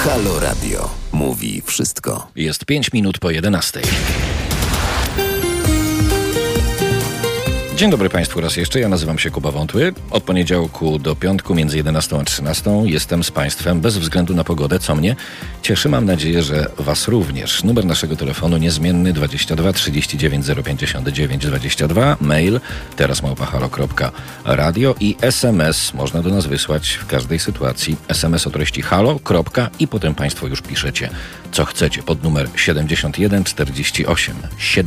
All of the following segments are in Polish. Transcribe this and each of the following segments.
Halo Radio mówi wszystko. Jest 5 minut po 11. Dzień dobry Państwu raz jeszcze, ja nazywam się Kuba Wątły. Od poniedziałku do piątku między 11 a 13 jestem z Państwem bez względu na pogodę, co mnie cieszy. Mam nadzieję, że Was również. Numer naszego telefonu niezmienny 22 39 059 22, mail teraz@halo.radio i SMS można do nas wysłać w każdej sytuacji. SMS o treści halo, i potem Państwo już piszecie, co chcecie pod numer 7148.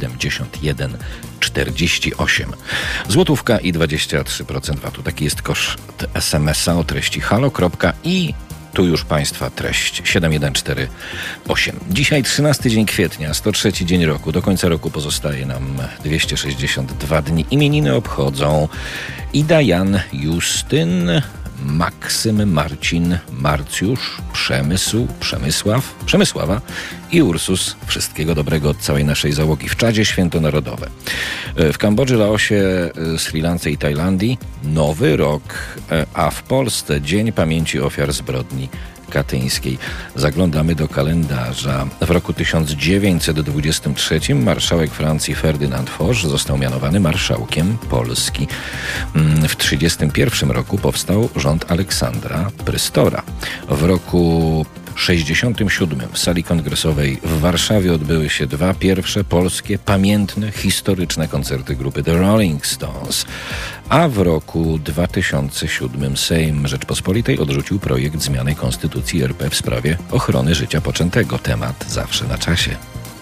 7148. Złotówka i 23% VAT-u. Taki jest koszt SMS-a o treści halo, i tu już Państwa treść 7148. Dzisiaj 13 dzień kwietnia, 103 dzień roku. Do końca roku pozostaje nam 262 dni. Imieniny obchodzą Ida, Jan, Justyn, Maksym, Marcin, Marcjusz, Przemysława i Ursus. Wszystkiego dobrego od całej naszej załogi. W czadzie święto narodowe. W Kambodży, Laosie, Sri Lance i Tajlandii Nowy Rok, a w Polsce Dzień Pamięci Ofiar Zbrodni katyńskiej. Zaglądamy do kalendarza. W roku 1923 marszałek Francji Ferdynand Foch został mianowany marszałkiem Polski. W 1931 roku powstał rząd Aleksandra Prystora. W roku 1967 w sali kongresowej w Warszawie odbyły się dwa pierwsze polskie, pamiętne, historyczne koncerty grupy The Rolling Stones. A w roku 2007 Sejm Rzeczpospolitej odrzucił projekt zmiany Konstytucji RP w sprawie ochrony życia poczętego. Temat zawsze na czasie.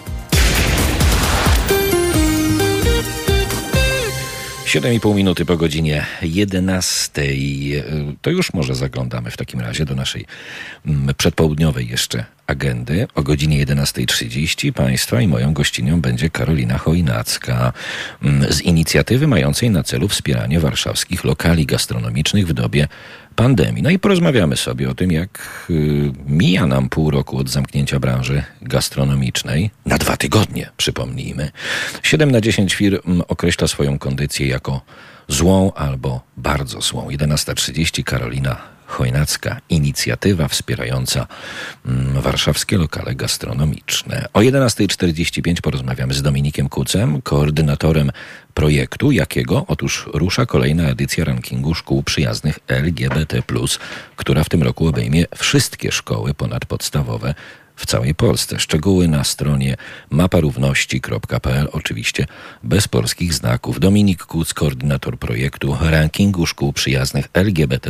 7,5 minuty po godzinie 11. To już może zaglądamy w takim razie do naszej przedpołudniowej jeszcze agendy. O godzinie 11:30 Państwa i moją gościnią będzie Karolina Chojnacka z inicjatywy mającej na celu wspieranie warszawskich lokali gastronomicznych w dobie pandemii. No i porozmawiamy sobie o tym, jak mija nam pół roku od zamknięcia branży gastronomicznej. Na 2 tygodnie, przypomnijmy. 7 na 10 firm określa swoją kondycję jako złą albo bardzo złą. 11:30 Karolina Chojnacka, inicjatywa wspierająca warszawskie lokale gastronomiczne. O 11:45 porozmawiamy z Dominikiem Kucem, koordynatorem projektu. Jakiego? Otóż rusza kolejna edycja rankingu szkół przyjaznych LGBT+, która w tym roku obejmie wszystkie szkoły ponadpodstawowe w całej Polsce. Szczegóły na stronie maparówności.pl, oczywiście bez polskich znaków. Dominik Kuc, koordynator projektu rankingu szkół przyjaznych LGBT+.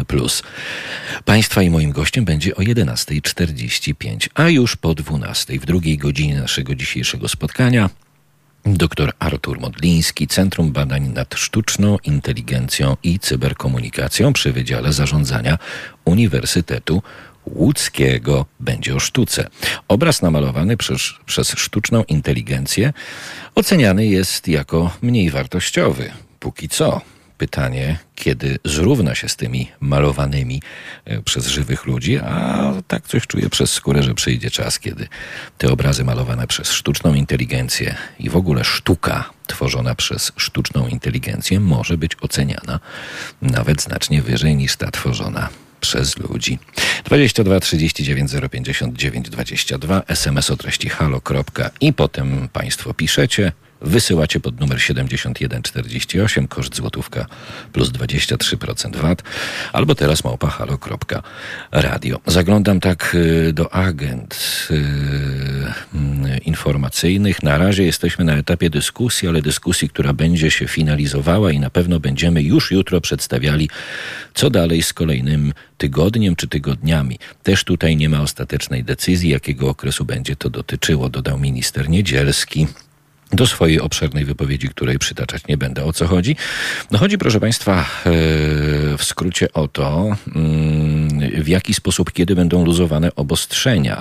Państwa i moim gościem będzie o 11:45, a już po 12:00, w drugiej godzinie naszego dzisiejszego spotkania, dr Artur Modliński, Centrum Badań nad Sztuczną Inteligencją i Cyberkomunikacją przy Wydziale Zarządzania Uniwersytetu Łódzkiego. Będzie o sztuce. Obraz namalowany przez sztuczną inteligencję oceniany jest jako mniej wartościowy. Póki co. Pytanie, kiedy zrówna się z tymi malowanymi przez żywych ludzi, a tak coś czuję przez skórę, że przyjdzie czas, kiedy te obrazy malowane przez sztuczną inteligencję i w ogóle sztuka tworzona przez sztuczną inteligencję może być oceniana nawet znacznie wyżej niż ta tworzona przez ludzi. 22 39 059 22, SMS o treści halo. I potem Państwo piszecie, wysyłacie pod numer 7148, koszt złotówka plus 23% VAT, albo teraz @halo.radio. Zaglądam tak do agent informacyjnych. Na razie jesteśmy na etapie dyskusji, ale dyskusji, która będzie się finalizowała i na pewno będziemy już jutro przedstawiali, co dalej z kolejnym tygodniem czy tygodniami. Też tutaj nie ma ostatecznej decyzji, jakiego okresu będzie to dotyczyło, dodał minister Niedzielski do swojej obszernej wypowiedzi, której przytaczać nie będę. O co chodzi? No chodzi, proszę Państwa, w skrócie o to, w jaki sposób, kiedy będą luzowane obostrzenia.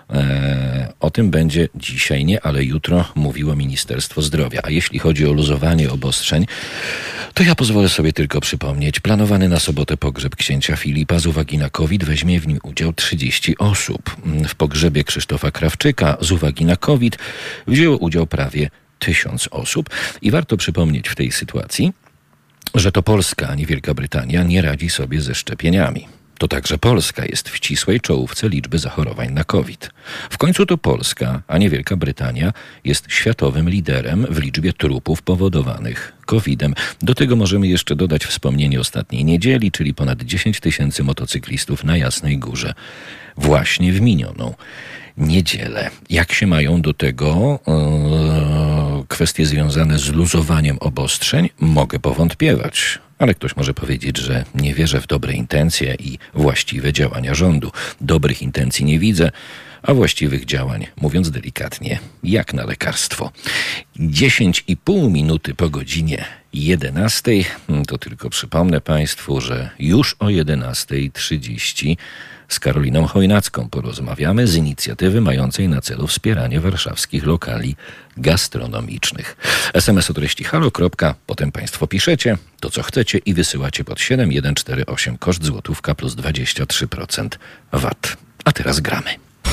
O tym będzie dzisiaj nie, ale jutro mówiło Ministerstwo Zdrowia. A jeśli chodzi o luzowanie obostrzeń, to ja pozwolę sobie tylko przypomnieć. Planowany na sobotę pogrzeb księcia Filipa z uwagi na COVID weźmie w nim udział 30 osób. W pogrzebie Krzysztofa Krawczyka z uwagi na COVID wzięło udział prawie 1000 osób. I warto przypomnieć w tej sytuacji, że to Polska, a nie Wielka Brytania nie radzi sobie ze szczepieniami. to także Polska jest w ścisłej czołówce liczby zachorowań na COVID. W końcu to Polska, a nie Wielka Brytania, jest światowym liderem w liczbie trupów powodowanych COVID-em. Do tego możemy jeszcze dodać wspomnienie ostatniej niedzieli, czyli ponad 10 000 motocyklistów na Jasnej Górze właśnie w minioną niedzielę. Jak się mają do tego kwestie związane z luzowaniem obostrzeń? Mogę powątpiewać. Ale ktoś może powiedzieć, że nie wierzę w dobre intencje i właściwe działania rządu. Dobrych intencji nie widzę, a właściwych działań, mówiąc delikatnie, jak na lekarstwo. 10,5 minuty po godzinie 11. To tylko przypomnę Państwu, że już o 11:30 z Karoliną Chojnacką porozmawiamy z inicjatywy mającej na celu wspieranie warszawskich lokali gastronomicznych. SMS o treści halo. Potem Państwo piszecie to, co chcecie i wysyłacie pod 7148, koszt złotówka plus 23% VAT. A teraz gramy.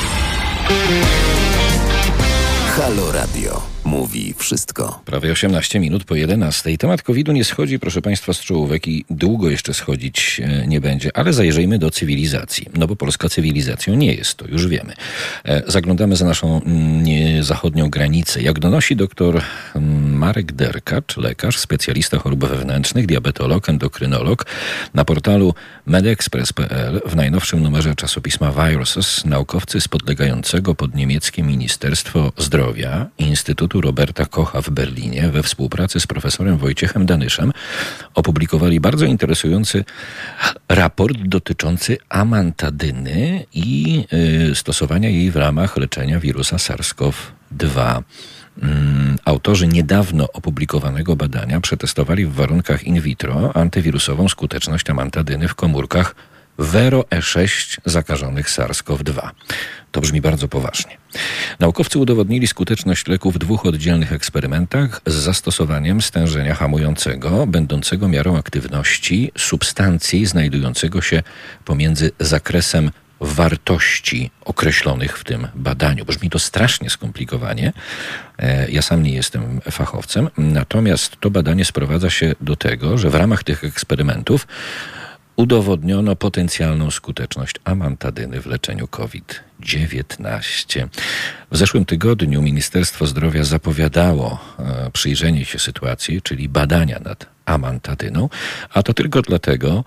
Halo Radio. Mówi wszystko. Prawie 18 minut po 11. Temat COVID-u nie schodzi, proszę Państwa, z czołówek i długo jeszcze schodzić nie będzie, ale zajrzyjmy do cywilizacji. No bo Polska cywilizacją nie jest, to już wiemy. Zaglądamy za naszą zachodnią granicę. Jak donosi dr Marek Derkacz, lekarz, specjalista chorób wewnętrznych, diabetolog, endokrynolog, na portalu medexpress.pl w najnowszym numerze czasopisma Viruses naukowcy z podlegającego pod niemieckie Ministerstwo Zdrowia Instytutu Roberta Kocha w Berlinie we współpracy z profesorem Wojciechem Danyszem opublikowali bardzo interesujący raport dotyczący amantadyny i stosowania jej w ramach leczenia wirusa SARS-CoV-2. Autorzy niedawno opublikowanego badania przetestowali w warunkach in vitro antywirusową skuteczność amantadyny w komórkach WRO-E6 zakażonych SARS-CoV-2. To brzmi bardzo poważnie. Naukowcy udowodnili skuteczność leku w 2 oddzielnych eksperymentach z zastosowaniem stężenia hamującego, będącego miarą aktywności substancji znajdującego się pomiędzy zakresem wartości określonych w tym badaniu. Brzmi to strasznie skomplikowanie. Ja sam nie jestem fachowcem, natomiast to badanie sprowadza się do tego, że w ramach tych eksperymentów udowodniono potencjalną skuteczność amantadyny w leczeniu COVID-19. W zeszłym tygodniu Ministerstwo Zdrowia zapowiadało przyjrzenie się sytuacji, czyli badania nad amantadyną, a to tylko dlatego,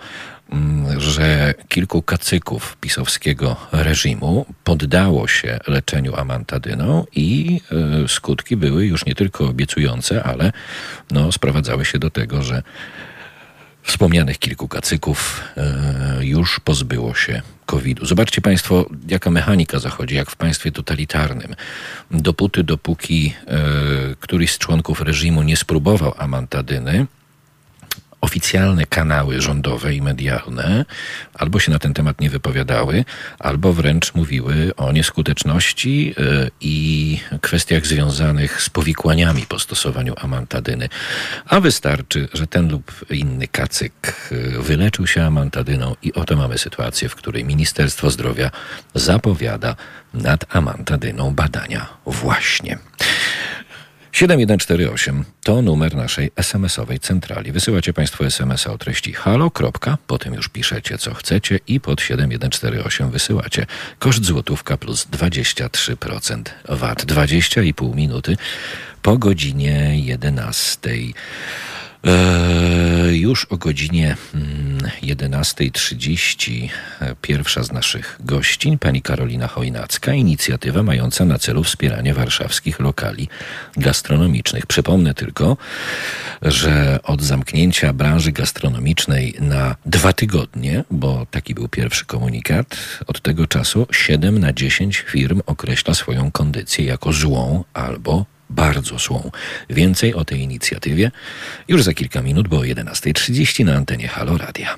że kilku kacyków pisowskiego reżimu poddało się leczeniu amantadyną i skutki były już nie tylko obiecujące, ale sprowadzały się do tego, że wspomnianych kilku kacyków już pozbyło się COVID-u. Zobaczcie Państwo, jaka mechanika zachodzi, jak w państwie totalitarnym. Dopóki któryś z członków reżimu nie spróbował amantadyny, oficjalne kanały rządowe i medialne albo się na ten temat nie wypowiadały, albo wręcz mówiły o nieskuteczności i kwestiach związanych z powikłaniami po stosowaniu amantadyny. A wystarczy, że ten lub inny kacyk wyleczył się amantadyną i oto mamy sytuację, w której Ministerstwo Zdrowia zapowiada nad amantadyną badania właśnie. 7148 to numer naszej SMS-owej centrali. Wysyłacie Państwo SMS-a o treści halo. Potem już piszecie, co chcecie i pod 7148 wysyłacie koszt złotówka plus 23% VAT. 20,5 minuty po godzinie 11. Już o godzinie 11:30 pierwsza z naszych gościń, pani Karolina Chojnacka, inicjatywa mająca na celu wspieranie warszawskich lokali gastronomicznych. Przypomnę tylko, że od zamknięcia branży gastronomicznej na 2 tygodnie, bo taki był pierwszy komunikat, od tego czasu 7 na 10 firm określa swoją kondycję jako złą albo bardzo złą. Więcej o tej inicjatywie już za kilka minut, bo o 11:30 na antenie Halo Radia.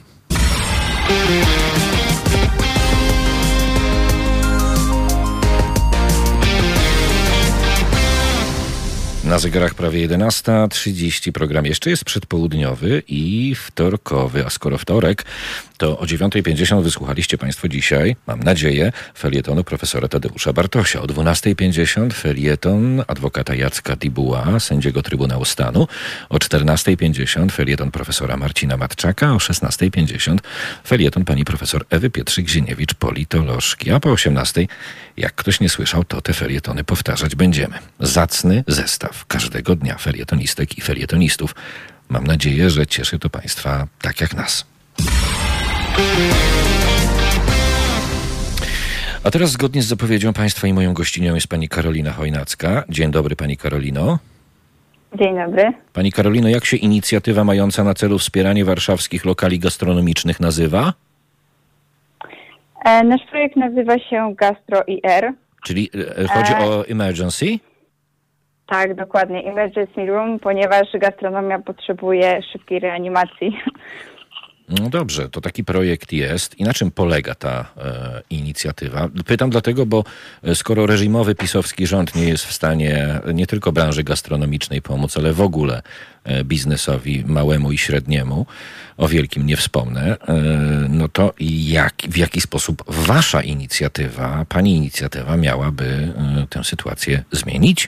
Na zegarach prawie 11:30. Program jeszcze jest przedpołudniowy i wtorkowy, a skoro wtorek, to o 9:50 wysłuchaliście Państwo dzisiaj, mam nadzieję, felietonu profesora Tadeusza Bartosia. O 12:50 felieton adwokata Jacka Dibuła, sędziego Trybunału Stanu. O 14:50 felieton profesora Marcina Matczaka. O 16:50 felieton pani profesor Ewy Pietrzyk-Zieniewicz, politolożki. A po 18:00, jak ktoś nie słyszał, to te felietony powtarzać będziemy. Zacny zestaw każdego dnia felietonistek i felietonistów. Mam nadzieję, że cieszy to Państwa tak jak nas. A teraz zgodnie z zapowiedzią Państwa i moją gościnią jest pani Karolina Chojnacka. Dzień dobry, pani Karolino. Dzień dobry. Pani Karolino, jak się inicjatywa mająca na celu wspieranie warszawskich lokali gastronomicznych nazywa? Nasz projekt nazywa się Gastro.ir. Czyli chodzi o emergency? Tak, dokładnie. Emergency Room, ponieważ gastronomia potrzebuje szybkiej reanimacji. No dobrze, to taki projekt jest. I na czym polega ta inicjatywa? Pytam dlatego, bo skoro reżimowy pisowski rząd nie jest w stanie nie tylko branży gastronomicznej pomóc, ale w ogóle biznesowi małemu i średniemu, o wielkim nie wspomnę, no to w jaki sposób wasza inicjatywa, pani inicjatywa miałaby tę sytuację zmienić?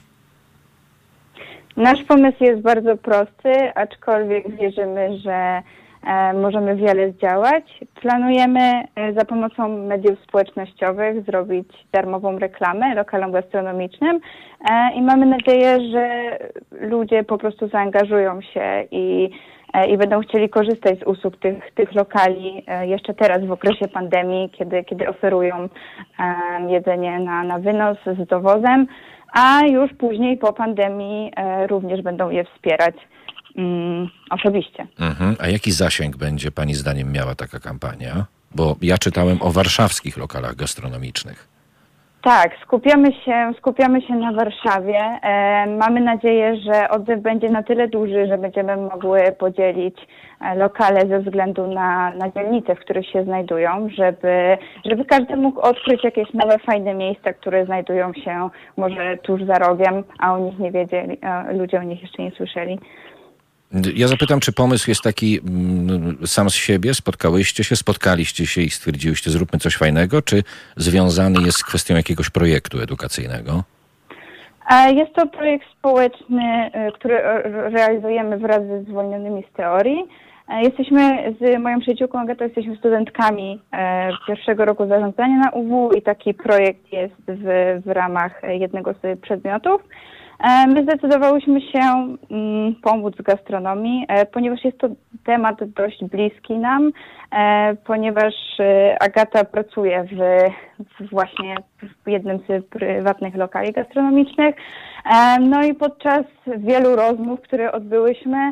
Nasz pomysł jest bardzo prosty, aczkolwiek wierzymy, że możemy wiele zdziałać. Planujemy za pomocą mediów społecznościowych zrobić darmową reklamę lokalom gastronomicznym i mamy nadzieję, że ludzie po prostu zaangażują się i będą chcieli korzystać z usług tych lokali jeszcze teraz w okresie pandemii, kiedy oferują jedzenie na wynos z dowozem, a już później po pandemii również będą je wspierać osobiście. A jaki zasięg będzie pani zdaniem miała taka kampania? Bo ja czytałem o warszawskich lokalach gastronomicznych. Tak, skupiamy się na Warszawie. Mamy nadzieję, że odzew będzie na tyle duży, że będziemy mogły podzielić lokale ze względu na dzielnice, w których się znajdują, żeby każdy mógł odkryć jakieś nowe, fajne miejsca, które znajdują się może tuż za rogiem, a o nich nie wiedzieli, ludzie o nich jeszcze nie słyszeli. Ja zapytam, czy pomysł jest taki sam z siebie? Spotkaliście się i stwierdziłyście, zróbmy coś fajnego, czy związany jest z kwestią jakiegoś projektu edukacyjnego? Jest to projekt społeczny, który realizujemy wraz ze zwolnionymi z teorii. Jesteśmy z moją przyjaciółką Agatą, jesteśmy studentkami pierwszego roku zarządzania na UW i taki projekt jest w ramach jednego z przedmiotów. My zdecydowałyśmy się pomóc gastronomii, ponieważ jest to temat dość bliski nam, ponieważ Agata pracuje właśnie w jednym z prywatnych lokali gastronomicznych. No i podczas wielu rozmów, które odbyłyśmy,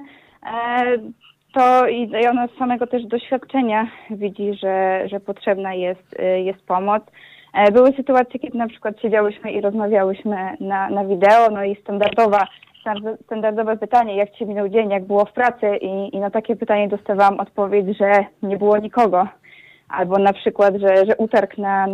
to i ona z samego też doświadczenia widzi, że potrzebna jest pomoc. Były sytuacje, kiedy na przykład siedziałyśmy i rozmawiałyśmy na wideo, no i standardowe pytanie, jak ci minął dzień, jak było w pracy i na takie pytanie dostawałam odpowiedź, że nie było nikogo. Albo na przykład, że utarg na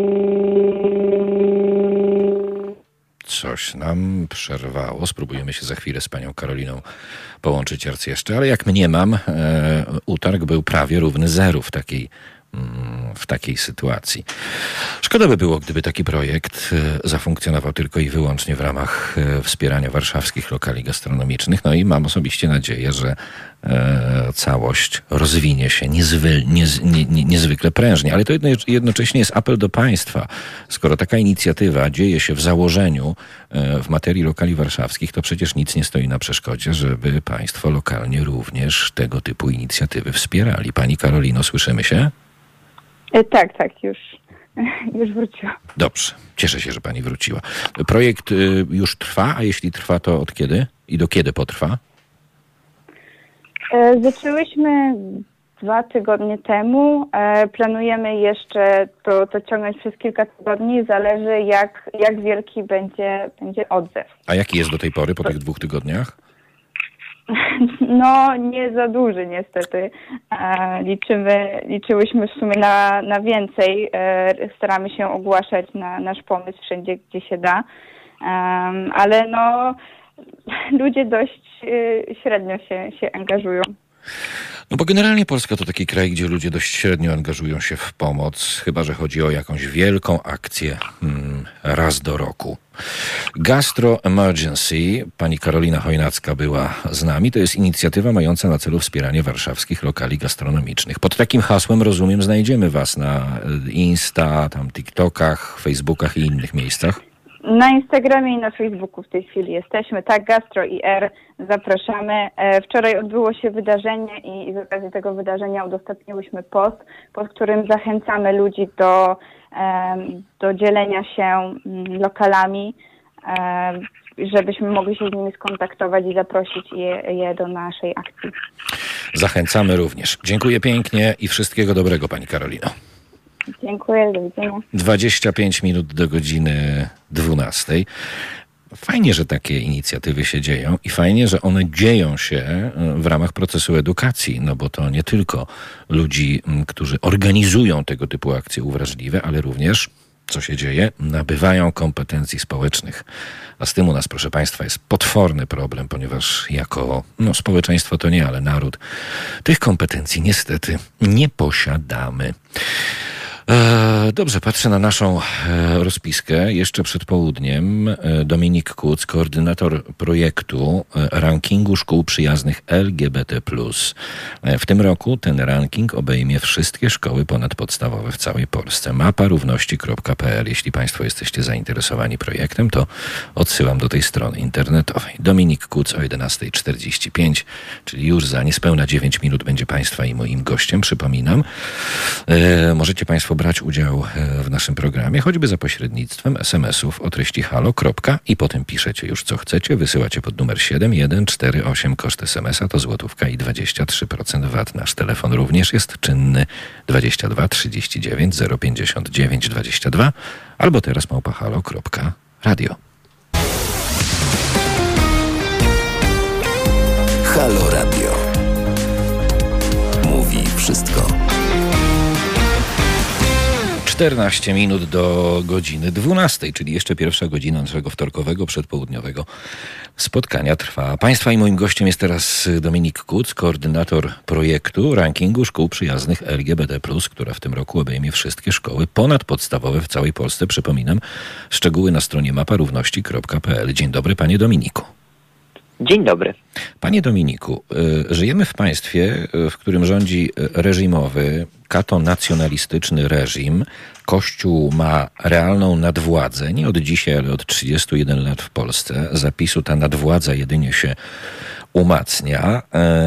Coś nam przerwało. Spróbujemy się za chwilę z panią Karoliną połączyć raz jeszcze, ale jak mniemam, utarg był prawie równy zeru w takiej sytuacji. Szkoda by było, gdyby taki projekt zafunkcjonował tylko i wyłącznie w ramach wspierania warszawskich lokali gastronomicznych. No i mam osobiście nadzieję, że całość rozwinie się niezwykle prężnie. Ale to jednocześnie jest apel do państwa. Skoro taka inicjatywa dzieje się w założeniu w materii lokali warszawskich, to przecież nic nie stoi na przeszkodzie, żeby państwo lokalnie również tego typu inicjatywy wspierali. Pani Karolino, słyszymy się? Tak, już wróciła. Dobrze, cieszę się, że pani wróciła. Projekt już trwa, a jeśli trwa, to od kiedy i do kiedy potrwa? Zaczęłyśmy 2 tygodnie temu. Planujemy jeszcze to ciągnąć przez kilka tygodni. Zależy jak wielki będzie odzew. A jaki jest do tej pory po tych 2 tygodniach? No, nie za duży niestety. Liczyłyśmy w sumie na więcej. Staramy się ogłaszać nasz pomysł wszędzie, gdzie się da. Ale no, ludzie dość średnio się angażują. No bo generalnie Polska to taki kraj, gdzie ludzie dość średnio angażują się w pomoc, chyba że chodzi o jakąś wielką akcję raz do roku. Gastro Emergency, pani Karolina Chojnacka była z nami. To jest inicjatywa mająca na celu wspieranie warszawskich lokali gastronomicznych. Pod takim hasłem, rozumiem, znajdziemy was na Insta, tam TikTokach, Facebookach i innych miejscach. Na Instagramie i na Facebooku w tej chwili jesteśmy, tak, Gastro IR, zapraszamy. Wczoraj odbyło się wydarzenie i z okazji tego wydarzenia udostępniłyśmy post, pod którym zachęcamy ludzi do dzielenia się lokalami, żebyśmy mogli się z nimi skontaktować i zaprosić je do naszej akcji. Zachęcamy również. Dziękuję pięknie i wszystkiego dobrego, pani Karolino. Dziękuję, do widzenia. 25 minut do godziny 12. Fajnie, że takie inicjatywy się dzieją i fajnie, że one dzieją się w ramach procesu edukacji, no bo to nie tylko ludzi, którzy organizują tego typu akcje uwrażliwe, ale również, co się dzieje, nabywają kompetencji społecznych. A z tym u nas, proszę Państwa, jest potworny problem, ponieważ jako społeczeństwo to nie, ale naród, tych kompetencji niestety nie posiadamy. Dobrze, patrzę na naszą rozpiskę. Jeszcze przed południem Dominik Kuc, koordynator projektu rankingu szkół przyjaznych LGBT+. W tym roku ten ranking obejmie wszystkie szkoły ponadpodstawowe w całej Polsce. maparówności.pl. Jeśli Państwo jesteście zainteresowani projektem, to odsyłam do tej strony internetowej. Dominik Kuc o 11:45, czyli już za niespełna 9 minut będzie Państwa i moim gościem, przypominam. Możecie Państwo brać udział w naszym programie, choćby za pośrednictwem SMS-ów o treści halo. I potem piszecie już co chcecie, wysyłacie pod numer 7148, koszt SMS-a to złotówka i 23% VAT. Nasz telefon również jest czynny 22 39 059 22 albo teraz @halo.radio. Halo Radio. Mówi wszystko. 14 minut do godziny 12, czyli jeszcze pierwsza godzina naszego wtorkowego, przedpołudniowego spotkania trwa. Państwa i moim gościem jest teraz Dominik Kuc, koordynator projektu rankingu szkół przyjaznych LGBT+, która w tym roku obejmie wszystkie szkoły ponadpodstawowe w całej Polsce. Przypominam, szczegóły na stronie maparówności.pl. Dzień dobry, panie Dominiku. Dzień dobry. Panie Dominiku, żyjemy w państwie, w którym rządzi reżimowy, katonacjonalistyczny reżim. Kościół ma realną nadwładzę, nie od dzisiaj, ale od 31 lat w Polsce. Z zapisu ta nadwładza jedynie się umacnia.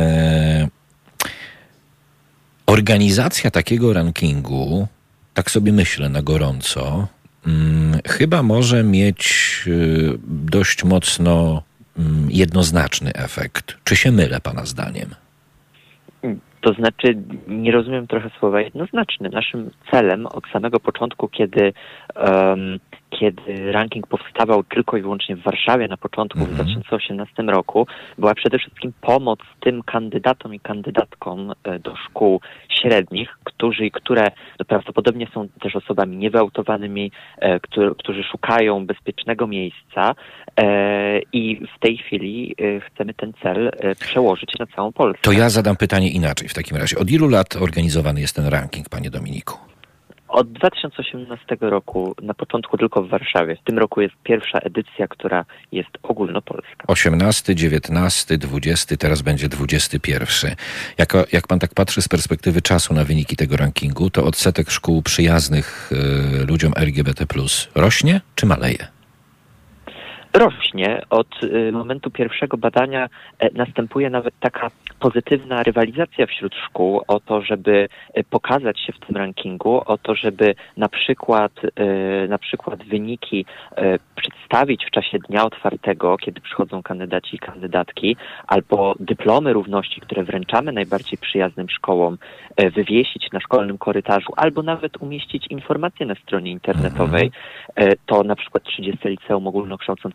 Organizacja takiego rankingu, tak sobie myślę na gorąco, chyba może mieć dość mocno jednoznaczny efekt. Czy się mylę pana zdaniem? To znaczy, nie rozumiem trochę słowa jednoznaczny. Naszym celem od samego początku, kiedy ranking powstawał tylko i wyłącznie w Warszawie na początku w 2018 roku, była przede wszystkim pomoc tym kandydatom i kandydatkom do szkół średnich, które prawdopodobnie są też osobami niewyautowane,mi, którzy szukają bezpiecznego miejsca i w tej chwili chcemy ten cel przełożyć na całą Polskę. To ja zadam pytanie inaczej w takim razie. Od ilu lat organizowany jest ten ranking, panie Dominiku? Od 2018 roku, na początku tylko w Warszawie. W tym roku jest pierwsza edycja, która jest ogólnopolska. 18, 19, 20, teraz będzie 21. Jak pan tak patrzy z perspektywy czasu na wyniki tego rankingu, to odsetek szkół przyjaznych ludziom LGBT+ rośnie czy maleje? Rośnie. Od momentu pierwszego badania następuje nawet taka pozytywna rywalizacja wśród szkół o to, żeby pokazać się w tym rankingu, o to, żeby na przykład wyniki przedstawić w czasie dnia otwartego, kiedy przychodzą kandydaci i kandydatki, albo dyplomy równości, które wręczamy najbardziej przyjaznym szkołom, wywiesić na szkolnym korytarzu, albo nawet umieścić informacje na stronie internetowej. To na przykład 30 Liceum Ogólnokształcące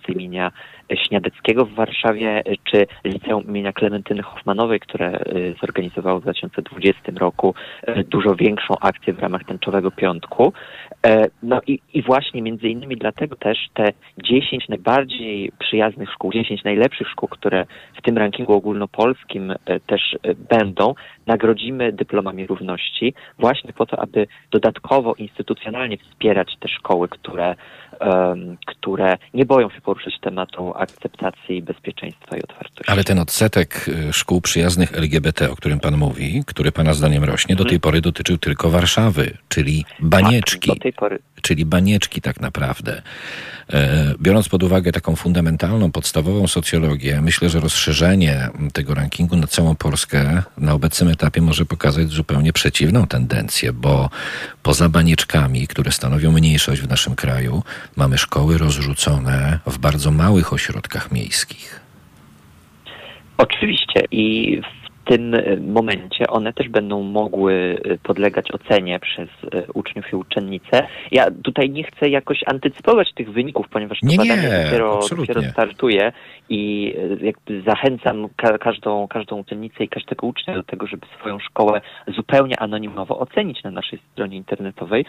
imienia Śniadeckiego w Warszawie, czy liceum imienia Klementyny Hoffmanowej, które zorganizowało w 2020 roku dużo większą akcję w ramach Tęczowego Piątku. No i właśnie między innymi dlatego też te 10 najbardziej przyjaznych szkół, 10 najlepszych szkół, które w tym rankingu ogólnopolskim też będą, nagrodzimy dyplomami równości właśnie po to, aby dodatkowo instytucjonalnie wspierać te szkoły, które nie boją się poruszyć tematu akceptacji, bezpieczeństwa i otwartości. Ale ten odsetek szkół przyjaznych LGBT, o którym pan mówi, który pana zdaniem rośnie, do tej pory dotyczył tylko Warszawy, czyli Banieczki. Tak, do tej pory. Czyli Banieczki tak naprawdę. Biorąc pod uwagę taką fundamentalną, podstawową socjologię, myślę, że rozszerzenie tego rankingu na całą Polskę na obecnym etapie może pokazać zupełnie przeciwną tendencję, bo poza Banieczkami, które stanowią mniejszość w naszym kraju, mamy szkoły rozrzucone w bardzo małych ośrodkach miejskich. Oczywiście i w tym momencie one też będą mogły podlegać ocenie przez uczniów i uczennice. Ja tutaj nie chcę jakoś antycypować tych wyników, ponieważ to badanie dopiero startuje i jakby zachęcam każdą uczennicę i każdego ucznia do tego, żeby swoją szkołę zupełnie anonimowo ocenić na naszej stronie internetowej.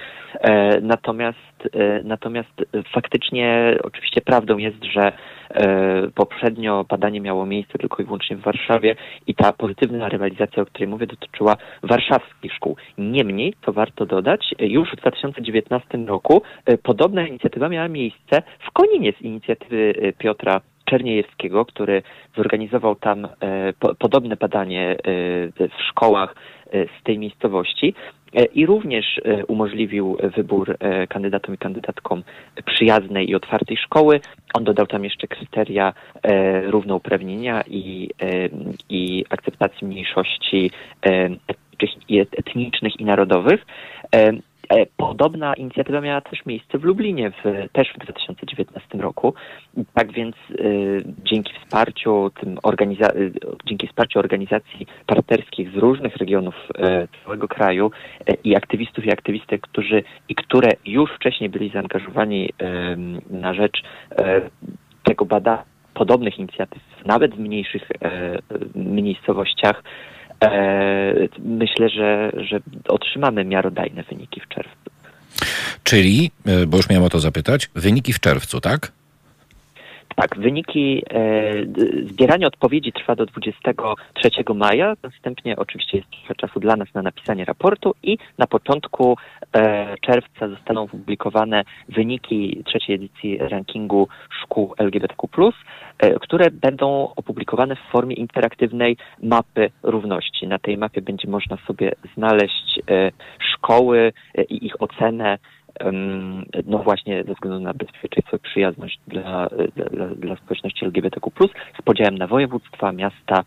Natomiast faktycznie oczywiście prawdą jest, że poprzednio badanie miało miejsce tylko i wyłącznie w Warszawie i ta pozytywna rywalizacja, o której mówię, dotyczyła warszawskich szkół. Niemniej, to warto dodać, już w 2019 roku podobna inicjatywa miała miejsce w Koninie z inicjatywy Piotra Czerniejewskiego, który zorganizował tam podobne badanie w szkołach z tej miejscowości i również umożliwił wybór kandydatom i kandydatkom przyjaznej i otwartej szkoły. On dodał tam jeszcze kryteria równouprawnienia i akceptacji mniejszości etnicznych i narodowych. Podobna inicjatywa miała też miejsce w Lublinie też w 2019 roku. Tak więc dzięki wsparciu organizacji partnerskich z różnych regionów całego kraju i aktywistów i aktywistek, które już wcześniej byli zaangażowani na rzecz tego badania podobnych inicjatyw, nawet w mniejszych miejscowościach, myślę, że otrzymamy miarodajne wyniki w czerwcu. Czyli, bo już miałem o to zapytać, wyniki w czerwcu, tak? Tak, zbieranie odpowiedzi trwa do 23 maja. Następnie oczywiście jest trochę czasu dla nas na napisanie raportu i na początku czerwca zostaną opublikowane wyniki trzeciej edycji rankingu szkół LGBTQ+, które będą opublikowane w formie interaktywnej mapy równości. Na tej mapie będzie można sobie znaleźć szkoły i ich ocenę, no właśnie ze względu na bezpieczeństwo i przyjazność dla społeczności LGBTQ+, z podziałem na województwa, miasta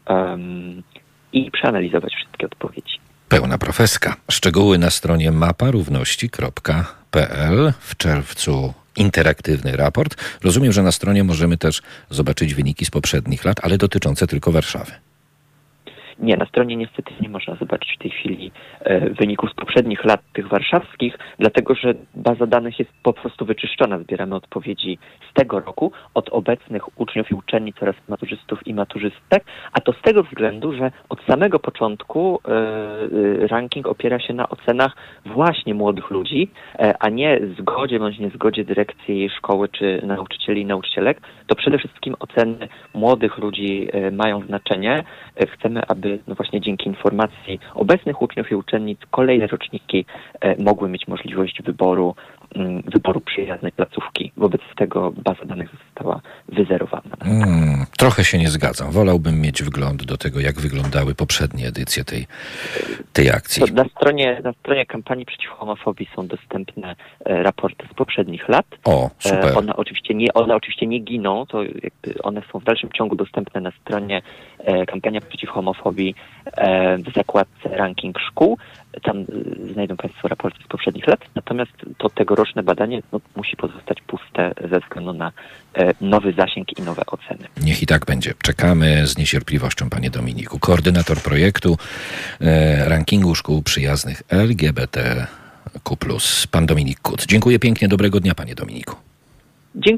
i przeanalizować wszystkie odpowiedzi. Pełna profeska. Szczegóły na stronie maparówności.pl. W czerwcu interaktywny raport. Rozumiem, że na stronie możemy też zobaczyć wyniki z poprzednich lat, ale dotyczące tylko Warszawy. Nie, na stronie niestety nie można zobaczyć w tej chwili wyników z poprzednich lat tych warszawskich, dlatego że baza danych jest po prostu wyczyszczona. Zbieramy odpowiedzi z tego roku od obecnych uczniów i uczennic oraz maturzystów i maturzystek, a to z tego względu, że od samego początku ranking opiera się na ocenach właśnie młodych ludzi, a nie zgodzie bądź niezgodzie dyrekcji szkoły czy nauczycieli i nauczycielek. To przede wszystkim oceny młodych ludzi mają znaczenie. Chcemy, aby no właśnie dzięki informacji obecnych uczniów i uczennic kolejne roczniki mogły mieć możliwość wyboru przyjaznej placówki. Wobec tego baza danych została wyzerowana. Trochę się nie zgadzam. Wolałbym mieć wgląd do tego, jak wyglądały poprzednie edycje tej akcji. Na stronie kampanii przeciw homofobii są dostępne raporty z poprzednich lat. O, super. One oczywiście nie giną, to jakby one są w dalszym ciągu dostępne na stronie kampania przeciw homofobii w zakładce ranking szkół. Tam znajdą Państwo raporty z poprzednich lat, natomiast to tegoroczne badanie musi pozostać puste ze względu na nowy zasięg i nowe oceny. Niech i tak będzie. Czekamy z niecierpliwością, panie Dominiku. Koordynator projektu rankingu szkół przyjaznych LGBTQ+, pan Dominik Kuc. Dziękuję pięknie. Dobrego dnia, panie Dominiku. Dziękuję.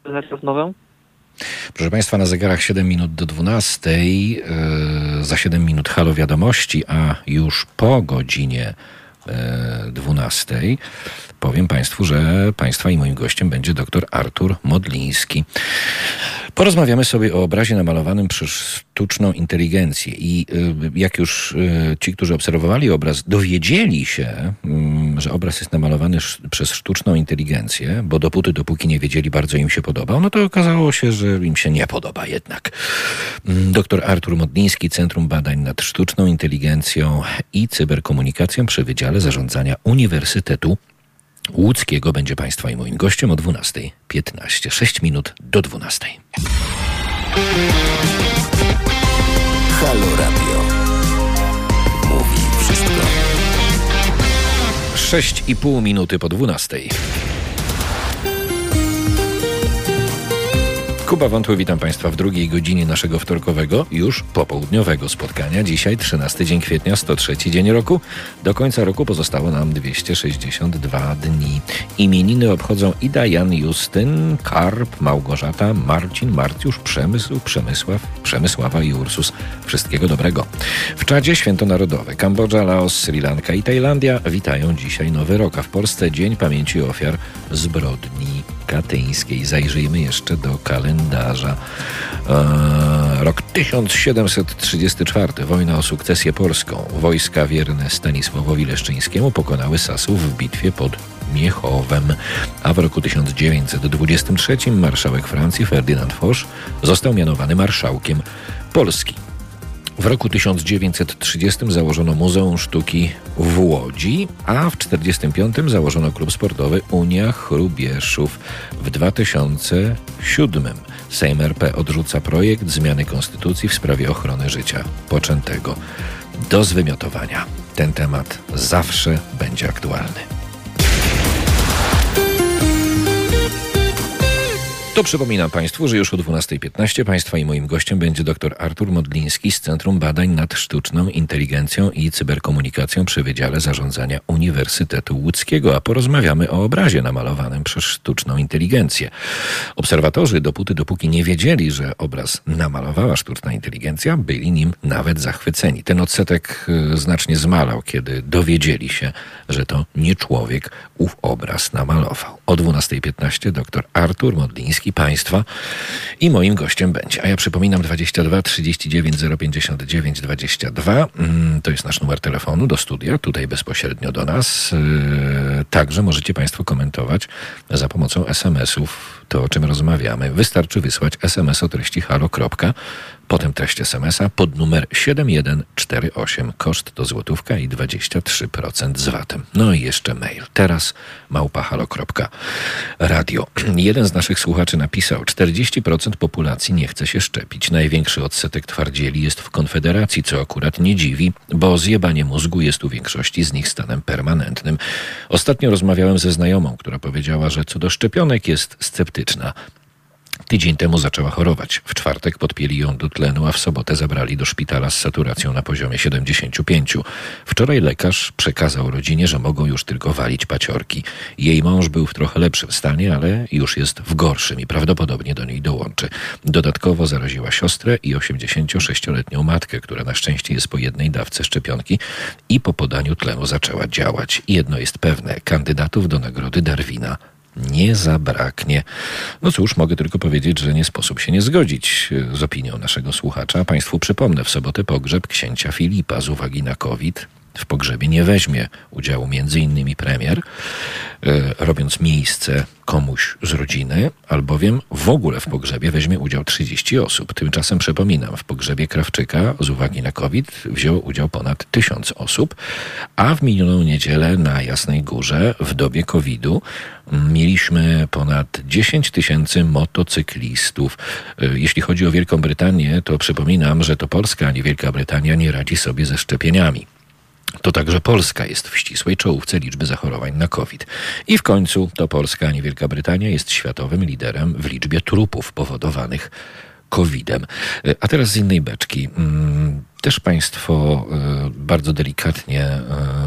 za rozmowę. Proszę Państwa, na zegarach 7 minut do 12. Za 7 minut Halo Wiadomości, a już po godzinie 12 powiem Państwu, że Państwa i moim gościem będzie dr Artur Modliński. Porozmawiamy sobie o obrazie namalowanym przez sztuczną inteligencję i jak już ci, którzy obserwowali obraz, dowiedzieli się, że obraz jest namalowany przez sztuczną inteligencję, bo dopóki nie wiedzieli, bardzo im się podobał, no to okazało się, że im się nie podoba jednak. Dr Artur Modliński, Centrum Badań nad Sztuczną Inteligencją i Cyberkomunikacją przy Wydziale Zarządzania Uniwersytetu Łódzkiego będzie Państwa i moim gościem o 12:15. 6 minut do 12. Halo Radio. Mówi wszystko. 6,5 minuty po 12. Kuba Wątły, witam Państwa w drugiej godzinie naszego wtorkowego, już popołudniowego spotkania. Dzisiaj 13 dzień kwietnia, 103 dzień roku. Do końca roku pozostało nam 262 dni. Imieniny obchodzą Ida, Jan, Justyn, Karp, Małgorzata, Marcin, Marcjusz, Przemysł, Przemysława i Ursus. Wszystkiego dobrego. W Czadzie święto narodowe. Kambodża, Laos, Sri Lanka i Tajlandia witają dzisiaj Nowy Rok, a w Polsce Dzień Pamięci Ofiar Zbrodni Katyńskiej. Zajrzyjmy jeszcze do kalendarza. Rok 1734. Wojna o sukcesję polską. Wojska wierne Stanisławowi Leszczyńskiemu pokonały Sasów w bitwie pod Miechowem. A w roku 1923 marszałek Francji Ferdynand Foch został mianowany marszałkiem Polski. W roku 1930 założono Muzeum Sztuki w Łodzi, a w 1945 założono klub sportowy Unia Chrubieszów. W 2007 Sejm RP odrzuca projekt zmiany konstytucji w sprawie ochrony życia poczętego do zwymiotowania. Ten temat zawsze będzie aktualny. To przypominam Państwu, że już o 12:15 Państwa i moim gościem będzie dr Artur Modliński z Centrum Badań nad Sztuczną Inteligencją i Cyberkomunikacją przy Wydziale Zarządzania Uniwersytetu Łódzkiego, a porozmawiamy o obrazie namalowanym przez sztuczną inteligencję. Obserwatorzy dopóki nie wiedzieli, że obraz namalowała sztuczna inteligencja, byli nim nawet zachwyceni. Ten odsetek znacznie zmalał, kiedy dowiedzieli się, że to nie człowiek ów obraz namalował. O 12:15 dr Artur Modliński Państwa i moim gościem będzie. A ja przypominam 22 39 059 22. To jest nasz numer telefonu do studia, tutaj bezpośrednio do nas. Także możecie Państwo komentować za pomocą SMS-ów to, o czym rozmawiamy. Wystarczy wysłać SMS o treści halo. Potem treść SMS-a pod numer 7148. Koszt to złotówka i 23% z VAT-em. No i jeszcze mail. Teraz @halo.radio. Jeden z naszych słuchaczy napisał: 40% populacji nie chce się szczepić. Największy odsetek twardzieli jest w Konfederacji, co akurat nie dziwi, bo zjebanie mózgu jest u większości z nich stanem permanentnym. Ostatnio rozmawiałem ze znajomą, która powiedziała, że co do szczepionek jest sceptyczna. Tydzień temu zaczęła chorować. W czwartek podpięli ją do tlenu, a w sobotę zabrali do szpitala z saturacją na poziomie 75. Wczoraj lekarz przekazał rodzinie, że mogą już tylko walić paciorki. Jej mąż był w trochę lepszym stanie, ale już jest w gorszym i prawdopodobnie do niej dołączy. Dodatkowo zaraziła siostrę i 86-letnią matkę, która na szczęście jest po jednej dawce szczepionki i po podaniu tlenu zaczęła działać. I jedno jest pewne, kandydatów do nagrody Darwina nie zabraknie. No cóż, mogę tylko powiedzieć, że nie sposób się nie zgodzić z opinią naszego słuchacza. Państwu przypomnę, w sobotę pogrzeb księcia Filipa z uwagi na COVID. W pogrzebie nie weźmie udziału m.in. premier, robiąc miejsce komuś z rodziny, albowiem w ogóle w pogrzebie weźmie udział 30 osób. Tymczasem przypominam, w pogrzebie Krawczyka z uwagi na COVID wzięło udział ponad 1000 osób, a w minioną niedzielę na Jasnej Górze w dobie COVID-u mieliśmy ponad 10 000 motocyklistów. Jeśli chodzi o Wielką Brytanię, to przypominam, że to Polska, a nie Wielka Brytania nie radzi sobie ze szczepieniami. To także Polska jest w ścisłej czołówce liczby zachorowań na COVID. I w końcu to Polska, a nie Wielka Brytania jest światowym liderem w liczbie trupów powodowanych COVID-em. A teraz z innej beczki. Też Państwo bardzo delikatnie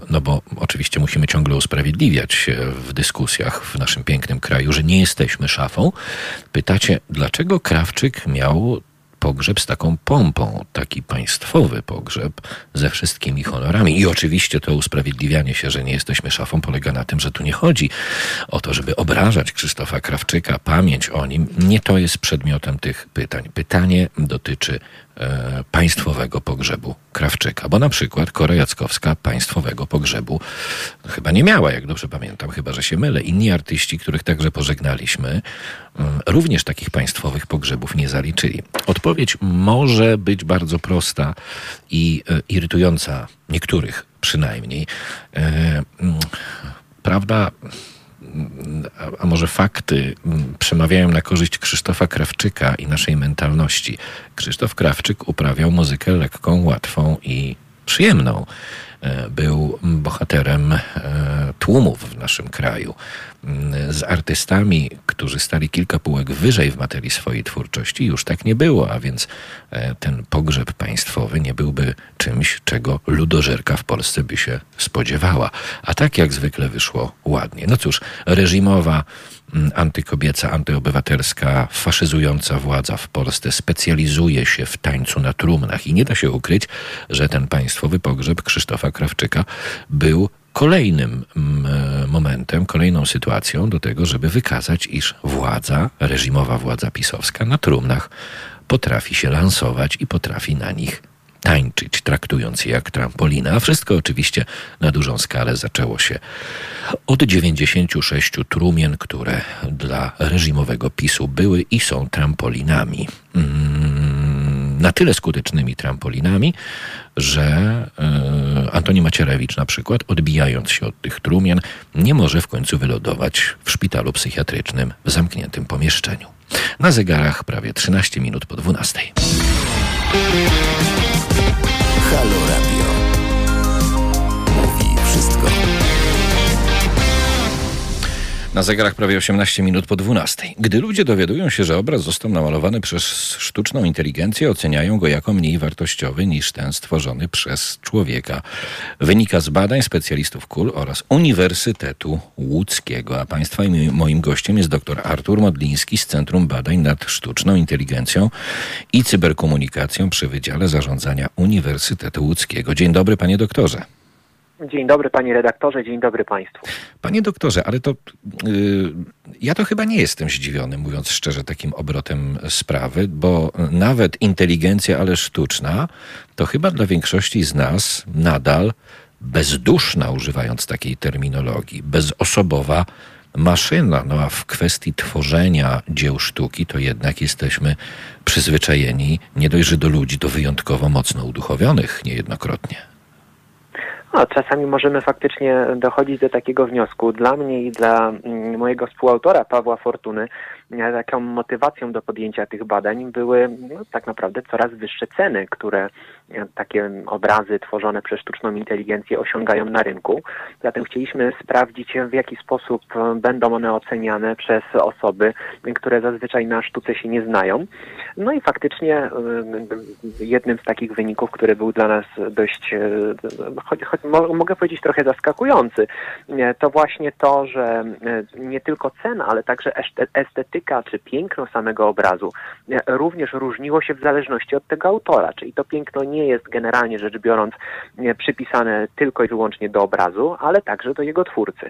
no bo oczywiście musimy ciągle usprawiedliwiać się w dyskusjach w naszym pięknym kraju, że nie jesteśmy szafą. Pytacie, dlaczego Krawczyk miał pogrzeb z taką pompą, taki państwowy pogrzeb ze wszystkimi honorami. I oczywiście to usprawiedliwianie się, że nie jesteśmy szafą, polega na tym, że tu nie chodzi o to, żeby obrażać Krzysztofa Krawczyka, pamięć o nim. Nie to jest przedmiotem tych pytań. Pytanie dotyczy państwowego pogrzebu Krawczyka, bo na przykład Kora Jackowska państwowego pogrzebu chyba nie miała, jak dobrze pamiętam, chyba że się mylę. Inni artyści, których także pożegnaliśmy, również takich państwowych pogrzebów nie zaliczyli. Odpowiedź może być bardzo prosta i irytująca niektórych przynajmniej. Prawda, a może fakty przemawiają na korzyść Krzysztofa Krawczyka i naszej mentalności. Krzysztof Krawczyk uprawiał muzykę lekką, łatwą i przyjemną. Był bohaterem tłumów w naszym kraju. Z artystami, którzy stali kilka półek wyżej w materii swojej twórczości, już tak nie było, a więc ten pogrzeb państwowy nie byłby czymś, czego ludożerka w Polsce by się spodziewała. A tak jak zwykle wyszło ładnie. No cóż, reżimowa, antykobieca, antyobywatelska, faszyzująca władza w Polsce specjalizuje się w tańcu na trumnach i nie da się ukryć, że ten państwowy pogrzeb Krzysztofa Krawczyka był kolejnym momentem, kolejną sytuacją do tego, żeby wykazać, iż władza, reżimowa władza pisowska na trumnach potrafi się lansować i potrafi na nich tańczyć, traktując je jak trampolina. A wszystko oczywiście na dużą skalę zaczęło się od 96 trumien, które dla reżimowego PiS-u były i są trampolinami. Na tyle skutecznymi trampolinami, że Antoni Macierewicz na przykład, odbijając się od tych trumien, nie może w końcu wylądować w szpitalu psychiatrycznym w zamkniętym pomieszczeniu. Na zegarach prawie 13 minut po 12. Halo Radio. Mówi wszystko. Na zegarach prawie 18 minut po 12. Gdy ludzie dowiadują się, że obraz został namalowany przez sztuczną inteligencję, oceniają go jako mniej wartościowy niż ten stworzony przez człowieka. Wynika z badań specjalistów KUL oraz Uniwersytetu Łódzkiego. A Państwa i moim gościem jest dr Artur Modliński z Centrum Badań nad Sztuczną Inteligencją i Cyberkomunikacją przy Wydziale Zarządzania Uniwersytetu Łódzkiego. Dzień dobry, panie doktorze. Dzień dobry, panie redaktorze, dzień dobry państwu. Panie doktorze, ale to ja to chyba nie jestem zdziwiony, mówiąc szczerze, takim obrotem sprawy, bo nawet inteligencja, ale sztuczna, to chyba dla większości z nas nadal bezduszna, używając takiej terminologii, bezosobowa maszyna. No a w kwestii tworzenia dzieł sztuki to jednak jesteśmy przyzwyczajeni nie dość, że do ludzi, to wyjątkowo mocno uduchowionych niejednokrotnie. No, czasami możemy faktycznie dochodzić do takiego wniosku. Dla mnie i dla mojego współautora Pawła Fortuny taką motywacją do podjęcia tych badań były tak naprawdę coraz wyższe ceny, które takie obrazy tworzone przez sztuczną inteligencję osiągają na rynku. Zatem chcieliśmy sprawdzić, w jaki sposób będą one oceniane przez osoby, które zazwyczaj na sztuce się nie znają. No i faktycznie jednym z takich wyników, który był dla nas dość, mogę powiedzieć trochę zaskakujący, to właśnie to, że nie tylko cena, ale także estetyka czy piękno samego obrazu również różniło się w zależności od tego autora. Czyli to piękno nie jest generalnie rzecz biorąc przypisane tylko i wyłącznie do obrazu, ale także do jego twórcy.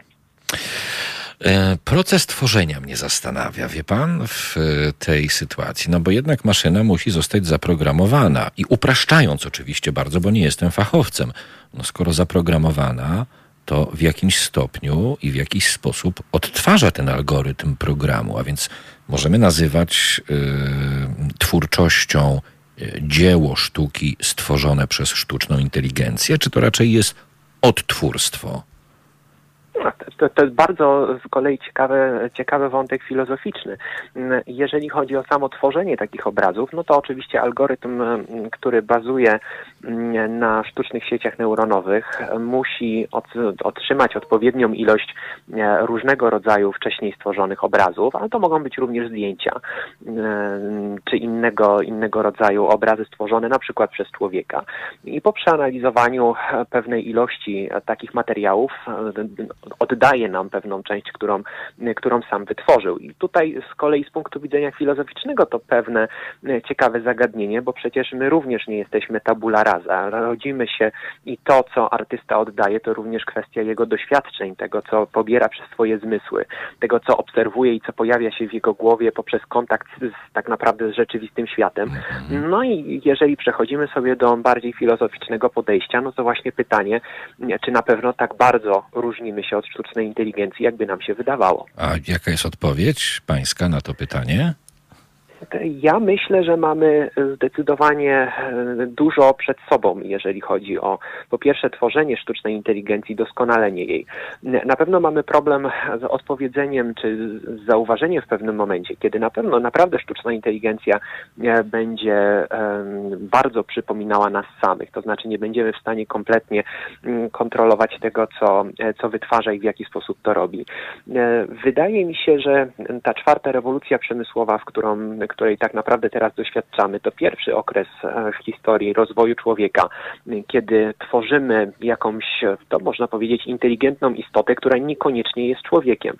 Proces tworzenia mnie zastanawia, wie pan, w tej sytuacji, no bo jednak maszyna musi zostać zaprogramowana i upraszczając oczywiście bardzo, bo nie jestem fachowcem, no skoro zaprogramowana, to w jakimś stopniu i w jakiś sposób odtwarza ten algorytm programu, a więc możemy nazywać twórczością dzieło sztuki stworzone przez sztuczną inteligencję, czy to raczej jest odtwórstwo? No, To jest bardzo z kolei ciekawy wątek filozoficzny. Jeżeli chodzi o samo tworzenie takich obrazów, no to oczywiście algorytm, który bazuje na sztucznych sieciach neuronowych, musi otrzymać odpowiednią ilość różnego rodzaju wcześniej stworzonych obrazów, ale to mogą być również zdjęcia czy innego rodzaju obrazy stworzone na przykład przez człowieka. I po przeanalizowaniu pewnej ilości takich materiałów oddaje nam pewną część, którą sam wytworzył. I tutaj z kolei z punktu widzenia filozoficznego to pewne ciekawe zagadnienie, bo przecież my również nie jesteśmy tabula rasa. Rodzimy się i to, co artysta oddaje, to również kwestia jego doświadczeń, tego, co pobiera przez swoje zmysły, tego, co obserwuje i co pojawia się w jego głowie poprzez kontakt tak naprawdę z rzeczywistym światem. No i jeżeli przechodzimy sobie do bardziej filozoficznego podejścia, no to właśnie pytanie, czy na pewno tak bardzo różnimy się od sztucznej inteligencji, jakby nam się wydawało. A jaka jest odpowiedź pańska na to pytanie? Ja myślę, że mamy zdecydowanie dużo przed sobą, jeżeli chodzi o, po pierwsze, tworzenie sztucznej inteligencji, doskonalenie jej. Na pewno mamy problem z odpowiedzeniem, czy z zauważeniem w pewnym momencie, kiedy na pewno naprawdę sztuczna inteligencja będzie bardzo przypominała nas samych. To znaczy nie będziemy w stanie kompletnie kontrolować tego, co wytwarza i w jaki sposób to robi. Wydaje mi się, że ta czwarta rewolucja przemysłowa, której tak naprawdę teraz doświadczamy, to pierwszy okres w historii rozwoju człowieka, kiedy tworzymy jakąś, to można powiedzieć, inteligentną istotę, która niekoniecznie jest człowiekiem.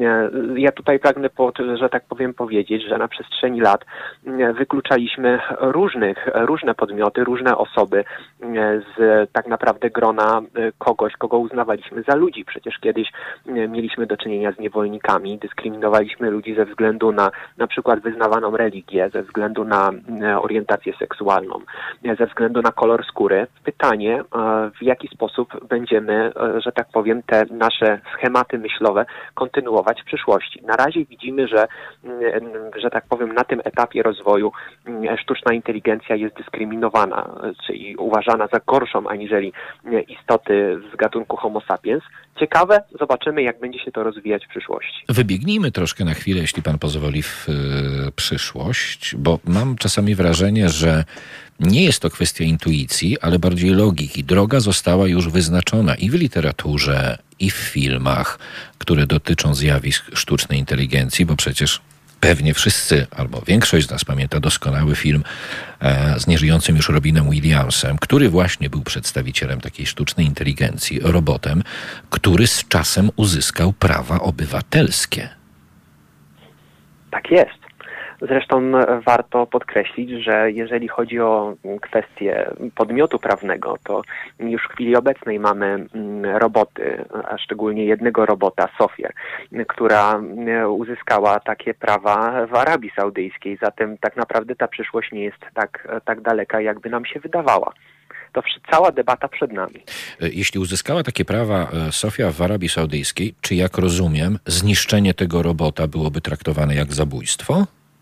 Ja tutaj pragnę, że tak powiem, powiedzieć, że na przestrzeni lat wykluczaliśmy różne podmioty, różne osoby z tak naprawdę grona kogoś, kogo uznawaliśmy za ludzi. Przecież kiedyś mieliśmy do czynienia z niewolnikami, dyskryminowaliśmy ludzi ze względu na przykład wyznawaną religię, ze względu na orientację seksualną, ze względu na kolor skóry. Pytanie, w jaki sposób będziemy, że tak powiem, te nasze schematy myślowe kontynuować w przyszłości. Na razie widzimy, że tak powiem, na tym etapie rozwoju sztuczna inteligencja jest dyskryminowana, czyli uważana za gorszą aniżeli istoty z gatunku Homo sapiens. Ciekawe, zobaczymy, jak będzie się to rozwijać w przyszłości. Wybiegnijmy troszkę na chwilę, jeśli pan pozwoli, w przyszłość, bo mam czasami wrażenie, że nie jest to kwestia intuicji, ale bardziej logiki. Droga została już wyznaczona i w literaturze, i w filmach, które dotyczą zjawisk sztucznej inteligencji, bo przecież pewnie wszyscy, albo większość z nas pamięta doskonały film z nieżyjącym już Robinem Williamsem, który właśnie był przedstawicielem takiej sztucznej inteligencji, robotem, który z czasem uzyskał prawa obywatelskie. Tak jest. Zresztą warto podkreślić, że jeżeli chodzi o kwestię podmiotu prawnego, to już w chwili obecnej mamy roboty, a szczególnie jednego robota, Sofię, która uzyskała takie prawa w Arabii Saudyjskiej. Zatem tak naprawdę ta przyszłość nie jest tak daleka, jakby nam się wydawała. To cała debata przed nami. Jeśli uzyskała takie prawa Sofia w Arabii Saudyjskiej, czy jak rozumiem, zniszczenie tego robota byłoby traktowane jak zabójstwo?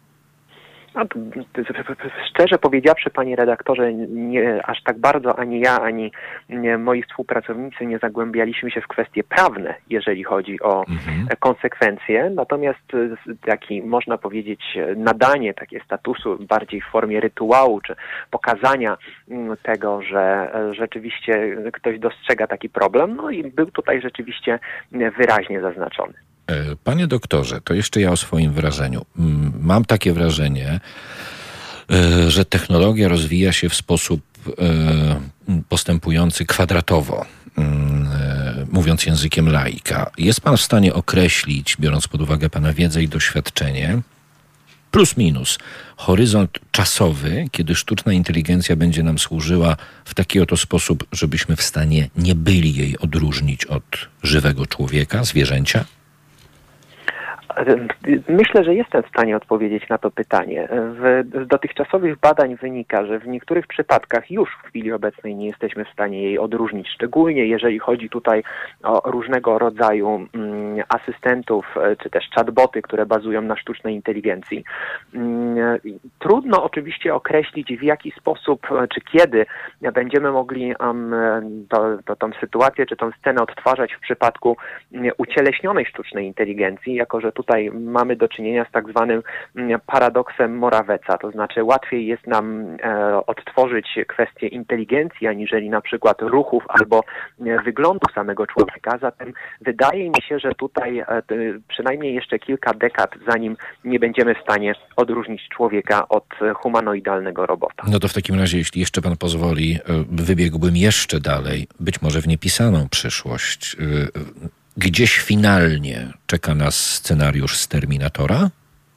Szczerze powiedziawszy, panie redaktorze, nie aż tak bardzo ani ja, ani moi współpracownicy nie zagłębialiśmy się w kwestie prawne, jeżeli chodzi o konsekwencje. Natomiast taki, można powiedzieć, nadanie takie statusu bardziej w formie rytuału, czy pokazania tego, że rzeczywiście ktoś dostrzega taki problem, no i był tutaj rzeczywiście wyraźnie zaznaczony. Panie doktorze, to jeszcze ja o swoim wrażeniu. Mam takie wrażenie, że technologia rozwija się w sposób postępujący kwadratowo, mówiąc językiem laika. Jest pan w stanie określić, biorąc pod uwagę pana wiedzę i doświadczenie, plus minus horyzont czasowy, kiedy sztuczna inteligencja będzie nam służyła w taki oto sposób, żebyśmy w stanie nie byli jej odróżnić od żywego człowieka, zwierzęcia? Myślę, że jestem w stanie odpowiedzieć na to pytanie. Z dotychczasowych badań wynika, że w niektórych przypadkach już w chwili obecnej nie jesteśmy w stanie jej odróżnić, szczególnie jeżeli chodzi tutaj o różnego rodzaju asystentów, czy też chatboty, które bazują na sztucznej inteligencji. Trudno oczywiście określić, w jaki sposób, czy kiedy będziemy mogli tą sytuację, czy tą scenę odtwarzać w przypadku ucieleśnionej sztucznej inteligencji, jako że tutaj mamy do czynienia z tak zwanym paradoksem Moraweca, to znaczy łatwiej jest nam odtworzyć kwestię inteligencji, aniżeli na przykład ruchów albo wyglądu samego człowieka. Zatem wydaje mi się, że tutaj przynajmniej jeszcze kilka dekad, zanim nie będziemy w stanie odróżnić człowieka od humanoidalnego robota. No to w takim razie, jeśli jeszcze pan pozwoli, wybiegłbym jeszcze dalej, być może w niepisaną przyszłość. Gdzieś finalnie czeka nas scenariusz z Terminatora?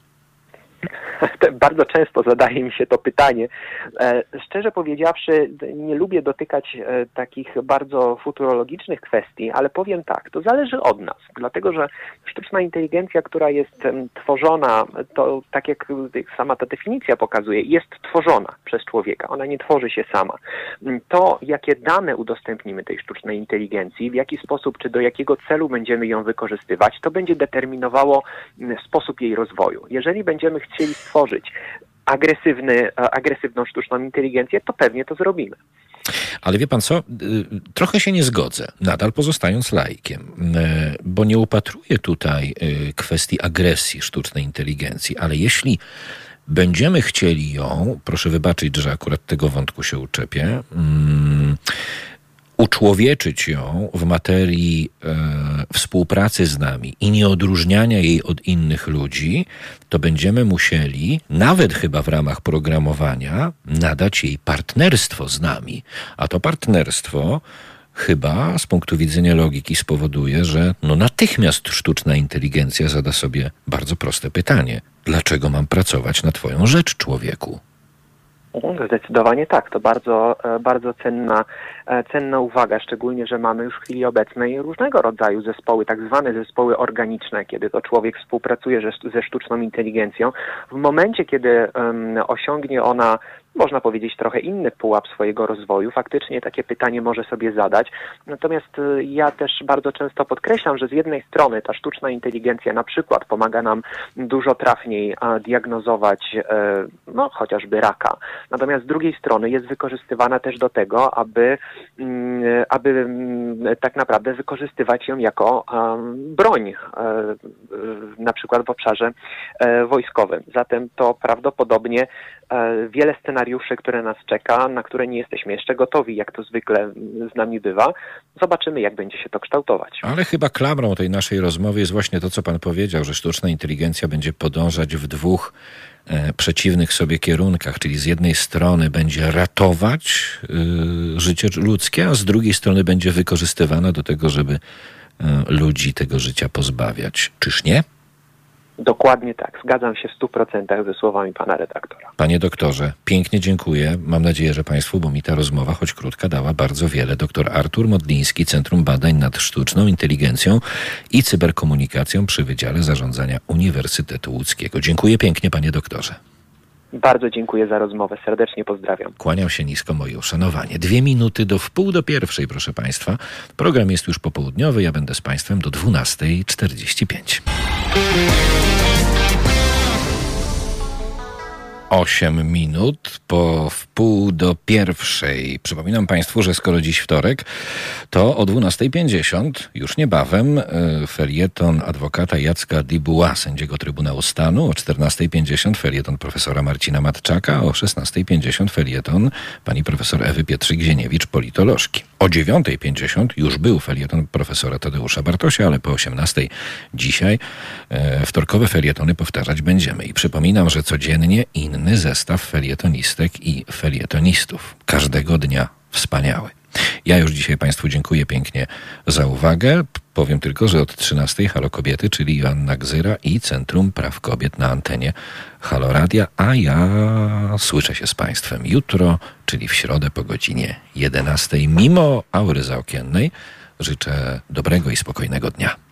Bardzo często zadaje mi się to pytanie. Szczerze powiedziawszy, nie lubię dotykać takich bardzo futurologicznych kwestii, ale powiem tak, to zależy od nas, dlatego że sztuczna inteligencja, która jest tworzona, to tak jak sama ta definicja pokazuje, jest tworzona przez człowieka, ona nie tworzy się sama. To, jakie dane udostępnimy tej sztucznej inteligencji, w jaki sposób, czy do jakiego celu będziemy ją wykorzystywać, to będzie determinowało sposób jej rozwoju. Jeżeli będziemy chcieli stworzyć agresywną sztuczną inteligencję, to pewnie to zrobimy. Ale wie pan co? Trochę się nie zgodzę, nadal pozostając laikiem, bo nie upatruję tutaj kwestii agresji sztucznej inteligencji, ale jeśli będziemy chcieli ją, proszę wybaczyć, że akurat tego wątku się uczepię, uczłowieczyć ją w materii współpracy z nami i nieodróżniania jej od innych ludzi, to będziemy musieli, nawet chyba w ramach programowania, nadać jej partnerstwo z nami. A to partnerstwo chyba z punktu widzenia logiki spowoduje, że natychmiast sztuczna inteligencja zada sobie bardzo proste pytanie. Dlaczego mam pracować na twoją rzecz, człowieku? Zdecydowanie tak. To bardzo cenna uwaga, szczególnie, że mamy już w chwili obecnej różnego rodzaju zespoły, tak zwane zespoły organiczne, kiedy to człowiek współpracuje ze sztuczną inteligencją. W momencie, kiedy osiągnie ona, można powiedzieć, trochę inny pułap swojego rozwoju, faktycznie takie pytanie może sobie zadać. Natomiast ja też bardzo często podkreślam, że z jednej strony ta sztuczna inteligencja na przykład pomaga nam dużo trafniej diagnozować chociażby raka. Natomiast z drugiej strony jest wykorzystywana też do tego, aby tak naprawdę wykorzystywać ją jako broń, na przykład w obszarze wojskowym. Zatem to prawdopodobnie wiele scenariuszy, które nas czeka, na które nie jesteśmy jeszcze gotowi, jak to zwykle z nami bywa. Zobaczymy, jak będzie się to kształtować. Ale chyba klamrą tej naszej rozmowy jest właśnie to, co pan powiedział, że sztuczna inteligencja będzie podążać w dwóch przeciwnych sobie kierunkach, czyli z jednej strony będzie ratować życie ludzkie, a z drugiej strony będzie wykorzystywana do tego, żeby ludzi tego życia pozbawiać. Czyż nie? Dokładnie tak. Zgadzam się w 100% ze słowami pana redaktora. Panie doktorze, pięknie dziękuję. Mam nadzieję, że państwu, bo mi ta rozmowa, choć krótka, dała bardzo wiele. Doktor Artur Modliński, Centrum Badań nad Sztuczną Inteligencją i Cyberkomunikacją przy Wydziale Zarządzania Uniwersytetu Łódzkiego. Dziękuję pięknie, panie doktorze. Bardzo dziękuję za rozmowę. Serdecznie pozdrawiam. Kłaniam się nisko, moje uszanowanie. 2 minuty do 12:30, proszę państwa. Program jest już popołudniowy. Ja będę z państwem do 12:45. 8 minut po 12:30. Przypominam państwu, że skoro dziś wtorek, to o 12:50, już niebawem, felieton adwokata Jacka Dibuła, sędziego Trybunału Stanu, o 14:50 felieton profesora Marcina Matczaka, o 16:50 felieton pani profesor Ewy Pietrzyk-Zieniewicz, politolożki. O 9:50 już był felieton profesora Tadeusza Bartosia, ale po 18:00 dzisiaj wtorkowe felietony powtarzać będziemy. I przypominam, że codziennie inny zestaw felietonistek i felietonistów. Każdego dnia wspaniały. Ja już dzisiaj państwu dziękuję pięknie za uwagę. Powiem tylko, że od 13:00 Halo Kobiety, czyli Joanna Gzyra i Centrum Praw Kobiet na antenie Halo Radia, a ja słyszę się z państwem jutro, czyli w środę po godzinie 11:00. Mimo aury zaokiennej życzę dobrego i spokojnego dnia.